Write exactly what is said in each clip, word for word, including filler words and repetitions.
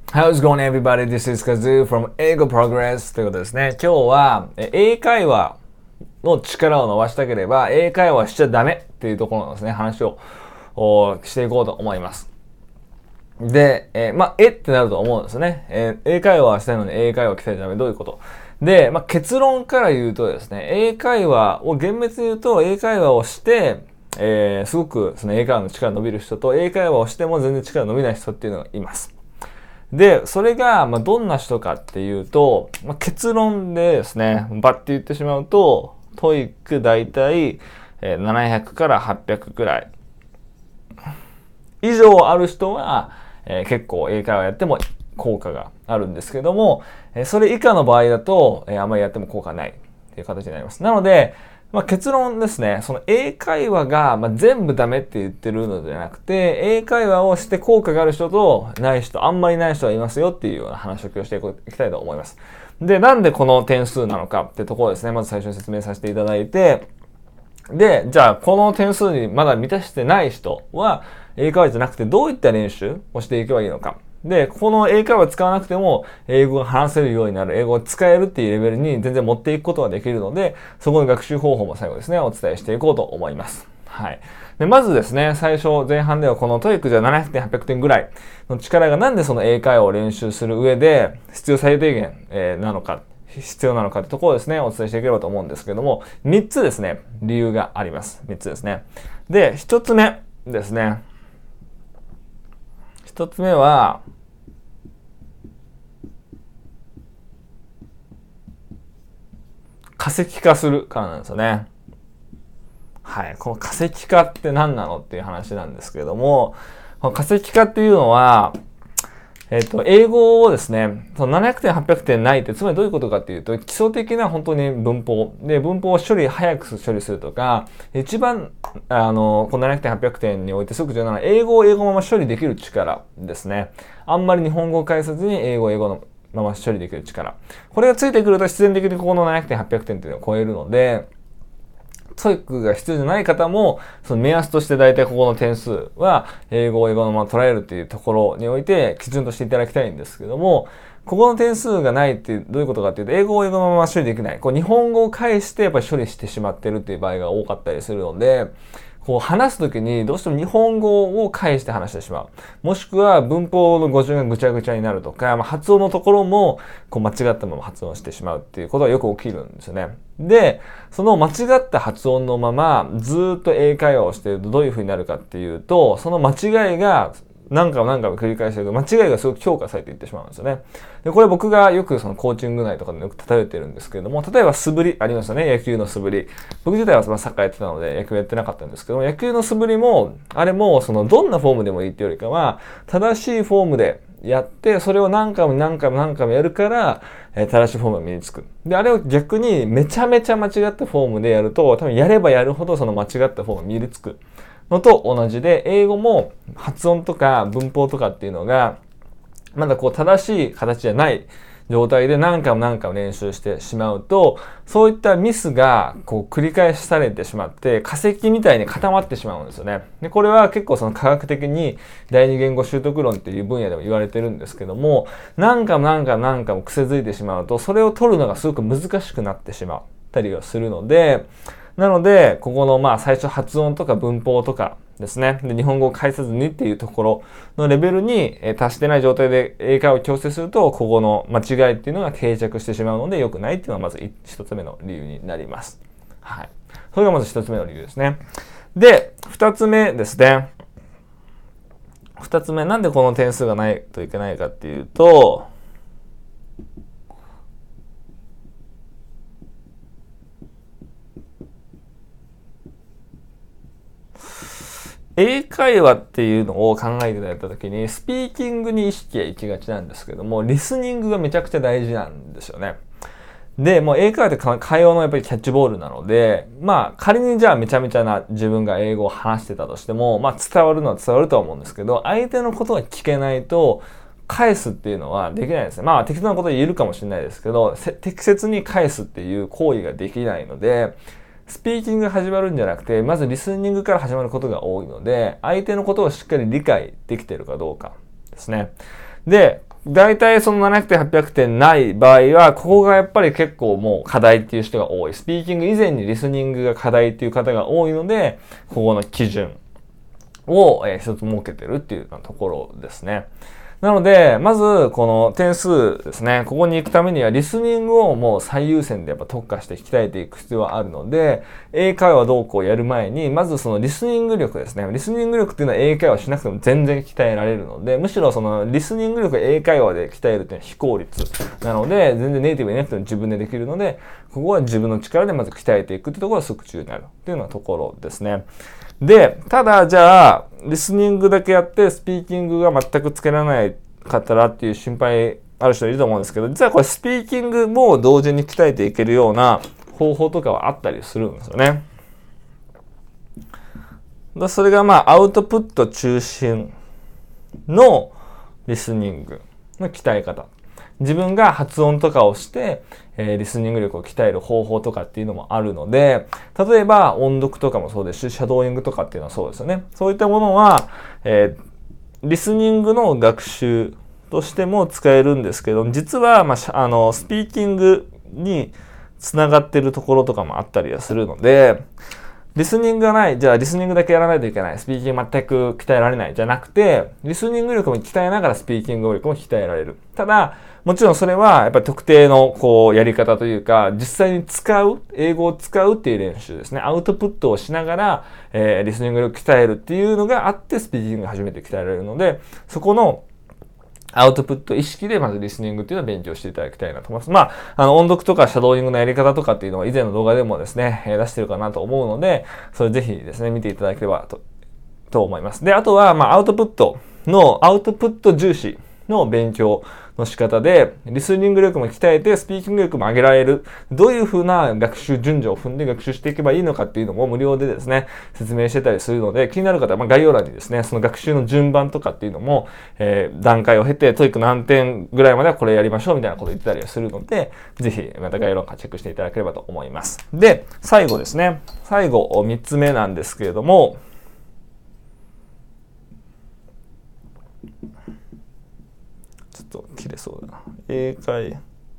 How's it going, everybody? This is Kazoo from 英語 Progress ということですね。今日は英会話の力を伸ばしたければ英会話しちゃダメっていうところのですね、話をしていこうと思います。で、えー、まあ、えってなると思うんですね。えー、英会話したいのに英会話来たらダメ。どういうこと？で、まあ、結論から言うとですね、英会話を厳密に言うと英会話をして、えー、すごくその英会話の力伸びる人と英会話をしても全然力伸びない人っていうのがいます。で、それが、まあ、どんな人かっていうと、まあ、結論でですね、バッて言ってしまうと、トイックだいたいななひゃくからはっぴゃくくらい以上ある人は、えー、結構英会話やっても効果があるんですけども、えー、それ以下の場合だと、えー、あまりやっても効果ないっていう形になります。なので、まあ、結論ですね、その英会話が、まあ、全部ダメって言ってるのではなくて、英会話をして効果がある人とない人、あんまりない人がいますよっていうような話を今日していきたいと思います。で、なんでこの点数なのかってところですね、まず最初に説明させていただいて、で、じゃあこの点数にまだ満たしてない人は、英会話じゃなくてどういった練習をしていけばいいのか。で、この英会話を使わなくても英語が話せるようになる、英語を使えるっていうレベルに全然持っていくことができるので、そこの学習方法も最後ですね、お伝えしていこうと思います。はい。で、まずですね、最初前半ではこのトイックじゃななひゃくてん、はっぴゃくてんぐらいの力がなんでその英会話を練習する上で必要最低限、えー、なのか、必要なのかってところをですね、お伝えしていければと思うんですけども、みっつですね、理由があります。みっつですね。で、ひとつめですね。ひとつめは、化石化するからなんですよね。はい。この化石化って何なのっていう話なんですけれども、この化石化っていうのは、えっと、英語をですね、そのななひゃくてん、はっぴゃくてんないって、つまりどういうことかっていうと、基礎的な本当に文法。で、文法を処理、早く処理するとか、一番、あの、このななひゃくてん、はっぴゃくてんにおいてすごく重要なのは、英語を英語のまま処理できる力ですね。あんまり日本語を返さずに、英語を英語のまま処理できる力。これがついてくると必然的にここのななひゃくてん、はっぴゃくてんっていうのを超えるので、トイックが必要じゃない方も、その目安として大体ここの点数は、英語を英語のまま捉えるっていうところにおいて、基準としていただきたいんですけども、ここの点数がないってどういうことかっていうと、英語を英語のまま処理できない。こう日本語を返してやっぱり処理してしまってるっていう場合が多かったりするので、こう話すときにどうしても日本語を返して話してしまう。もしくは文法の語順がぐちゃぐちゃになるとか、まあ、発音のところもこう間違ったまま発音してしまうっていうことがよく起きるんですよね。で、その間違った発音のままずっと英会話をしているとどういう風になるかっていうと、その間違いが何回も何回も繰り返してると間違いがすごく強化されていってしまうんですよね。で、これ僕がよくそのコーチング内とかでよく例えてるんですけれども、例えば素振りありましたね。野球の素振り。僕自体はサッカーやってたので野球やってなかったんですけども、野球の素振りも、あれもそのどんなフォームでもいいっていうよりかは、正しいフォームでやって、それを何回も何回も何回もやるから、えー、正しいフォームが身につく。で、あれを逆にめちゃめちゃ間違ったフォームでやると、多分やればやるほどその間違ったフォームが身につくのと同じで、英語も発音とか文法とかっていうのが、まだこう正しい形じゃない状態で何回も何回も練習してしまうと、そういったミスがこう繰り返しされてしまって、化石みたいに固まってしまうんですよね。で、これは結構その科学的に第二言語習得論っていう分野でも言われてるんですけども、何回も何回も何回も癖づいてしまうと、それを取るのがすごく難しくなってしまったりはするので、なので、ここのまあ最初発音とか文法とかですね。で、日本語を返さずにっていうところのレベルに達してない状態で英会話を強制すると、ここの間違いっていうのが定着してしまうので良くないっていうのがまず一つ目の理由になります。はい。それがまず一つ目の理由ですね。で、二つ目ですね。二つ目、なんでこの点数がないといけないかっていうと、英会話っていうのを考えていただいたときに、スピーキングに意識が行きがちなんですけども、リスニングがめちゃくちゃ大事なんですよね。で、もう英会話って会話のやっぱりキャッチボールなので、まあ仮にじゃあめちゃめちゃな自分が英語を話してたとしても、まあ伝わるのは伝わるとは思うんですけど、相手のことが聞けないと、返すっていうのはできないですね。まあ適当なこと言えるかもしれないですけど、適切に返すっていう行為ができないので、スピーキングが始まるんじゃなくて、まずリスニングから始まることが多いので、相手のことをしっかり理解できているかどうかですね。で、 大体そのななひゃくてん、はっぴゃくてんない場合は、ここがやっぱり結構もう課題っていう人が多い。スピーキング以前にリスニングが課題っていう方が多いので、ここの基準を一つ設けてるっていうところですね。なので、まず、この点数ですね。ここに行くためには、リスニングをもう最優先でやっぱ特化して鍛えていく必要はあるので、英会話どうこうやる前に、まずそのリスニング力ですね。リスニング力っていうのは英会話しなくても全然鍛えられるので、むしろそのリスニング力を英会話で鍛えるっていうのは非効率なので、全然ネイティブになくても自分でできるので、ここは自分の力でまず鍛えていくっていうところがすごく重要になるっていうようなところですね。で、ただじゃあ、リスニングだけやってスピーキングが全くつけられないかったらっていう心配ある人いると思うんですけど、実はこれスピーキングも同時に鍛えていけるような方法とかはあったりするんですよね。それがまあアウトプット中心のリスニングの鍛え方。自分が発音とかをして、えー、リスニング力を鍛える方法とかっていうのもあるので、例えば音読とかもそうですし、シャドーイングとかっていうのはそうですよね。そういったものは、えーリスニングの学習としても使えるんですけど、実は、まあ、あの、スピーキングにつながってるところとかもあったりはするので、リスニングがない、じゃあリスニングだけやらないといけない、スピーキング全く鍛えられないじゃなくて、リスニング力も鍛えながらスピーキング力も鍛えられる。ただ、もちろんそれはやっぱり特定のこうやり方というか、実際に使う、英語を使うっていう練習ですね。アウトプットをしながら、えー、リスニング力鍛えるっていうのがあって、スピーキングが初めて鍛えられるので、そこのアウトプット意識でまずリスニングっていうのを勉強していただきたいなと思います。まあ、あの、音読とかシャドーイングのやり方とかっていうのは以前の動画でもですね、出してるかなと思うので、それぜひですね、見ていただければと、と思います。で、あとは、まあ、アウトプットの、アウトプット重視の勉強の仕方で、リスニング力も鍛えて、スピーキング力も上げられる。どういう風な学習順序を踏んで学習していけばいいのかっていうのも無料でですね、説明してたりするので、気になる方は、まあ、概要欄にですね、その学習の順番とかっていうのも、えー、段階を経て、トイック何点ぐらいまではこれやりましょうみたいなことを言ってたりするので、ぜひ、また概要欄からチェックしていただければと思います。で、最後ですね。最後、みっつめなんですけれども、ちょっと切れそうだな。英会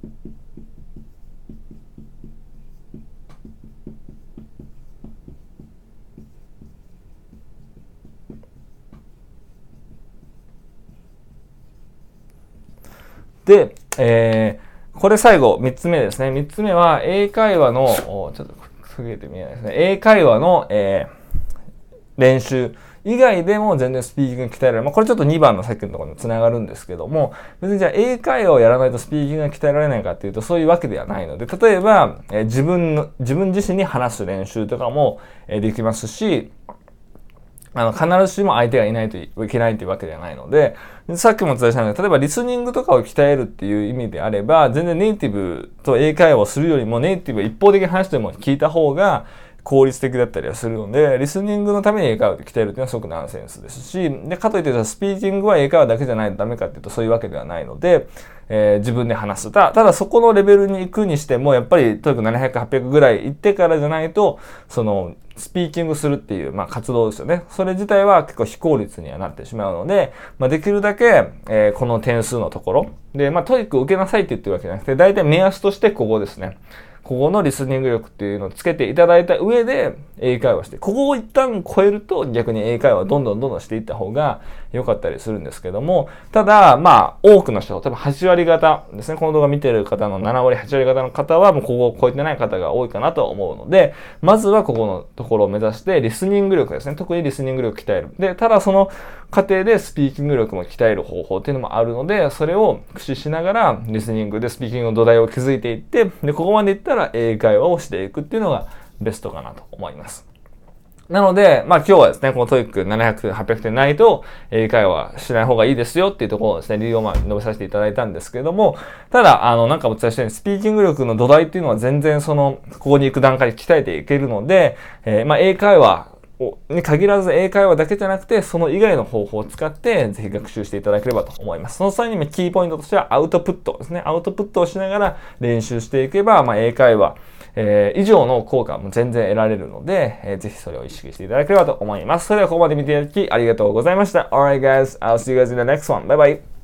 で、えー、これ最後みっつめですね。みっつめは英会話の、ちょっとすげて見えないですね。英会話の、えー、練習以外でも全然スピーキングが鍛えられる。まあ、これちょっとにばんのさっきのところにつながるんですけども、別にじゃあ英会話をやらないとスピーキングが鍛えられないかっていうとそういうわけではないので、例えば、えー、自分の、自分自身に話す練習とかも、えー、できますし、あの、必ずしも相手がいないといけないというわけではないので、さっきもお伝えしたので、例えばリスニングとかを鍛えるっていう意味であれば、全然ネイティブと英会話をするよりもネイティブを一方的に話しても聞いた方が、効率的だったりはするので、リスニングのために英会話を鍛えるっていうのはすごくナンセンスですし、で、かといってスピーキングは英会話だけじゃないとダメかっていうとそういうわけではないので、えー、自分で話す。た、ただそこのレベルに行くにしても、やっぱりとにかくななひゃく、はっぴゃくぐらい行ってからじゃないと、その、スピーキングするっていう、まあ、活動ですよね。それ自体は結構非効率にはなってしまうので、まあ、できるだけ、えー、この点数のところで、まあ、トイック受けなさいって言ってるわけじゃなくて、大体目安としてここですね。ここのリスニング力っていうのをつけていただいた上で英会話して、ここを一旦超えると逆に英会話をどんどんどんどんしていった方が良かったりするんですけども、ただ、まあ、多くの人、多分はちわり方ですね、この動画見てる方のななわり、はちわり方の方はもうここを超えてない方が多いかなと思うので、まずはここのところを目指してリスニング力ですね、特にリスニング力を鍛える。で、ただその過程でスピーキング力も鍛える方法っていうのもあるので、それを駆使しながらリスニングでスピーキングの土台を築いていって、で、ここまでいったら英会話をしていくっていうのがベストかなと思います。なので、まあ今日はですね、このトイックななひゃく、はっぴゃくてんないと英会話しない方がいいですよっていうところをですね、理由をまあ述べさせていただいたんですけれども、ただ、あの、なんかお伝えしたように、スピーキング力の土台っていうのは全然その、ここに行く段階で鍛えていけるので、えー、まあ英会話に限らず英会話だけじゃなくて、その以外の方法を使って、ぜひ学習していただければと思います。その際にキーポイントとしてはアウトプットですね。アウトプットをしながら練習していけば、まあ英会話、えー、以上の効果も全然得られるので、えー、ぜひそれを意識していただければと思います。それではここまで見ていただきありがとうございました。Alright guys, I'll see you guys in the next one. Bye bye!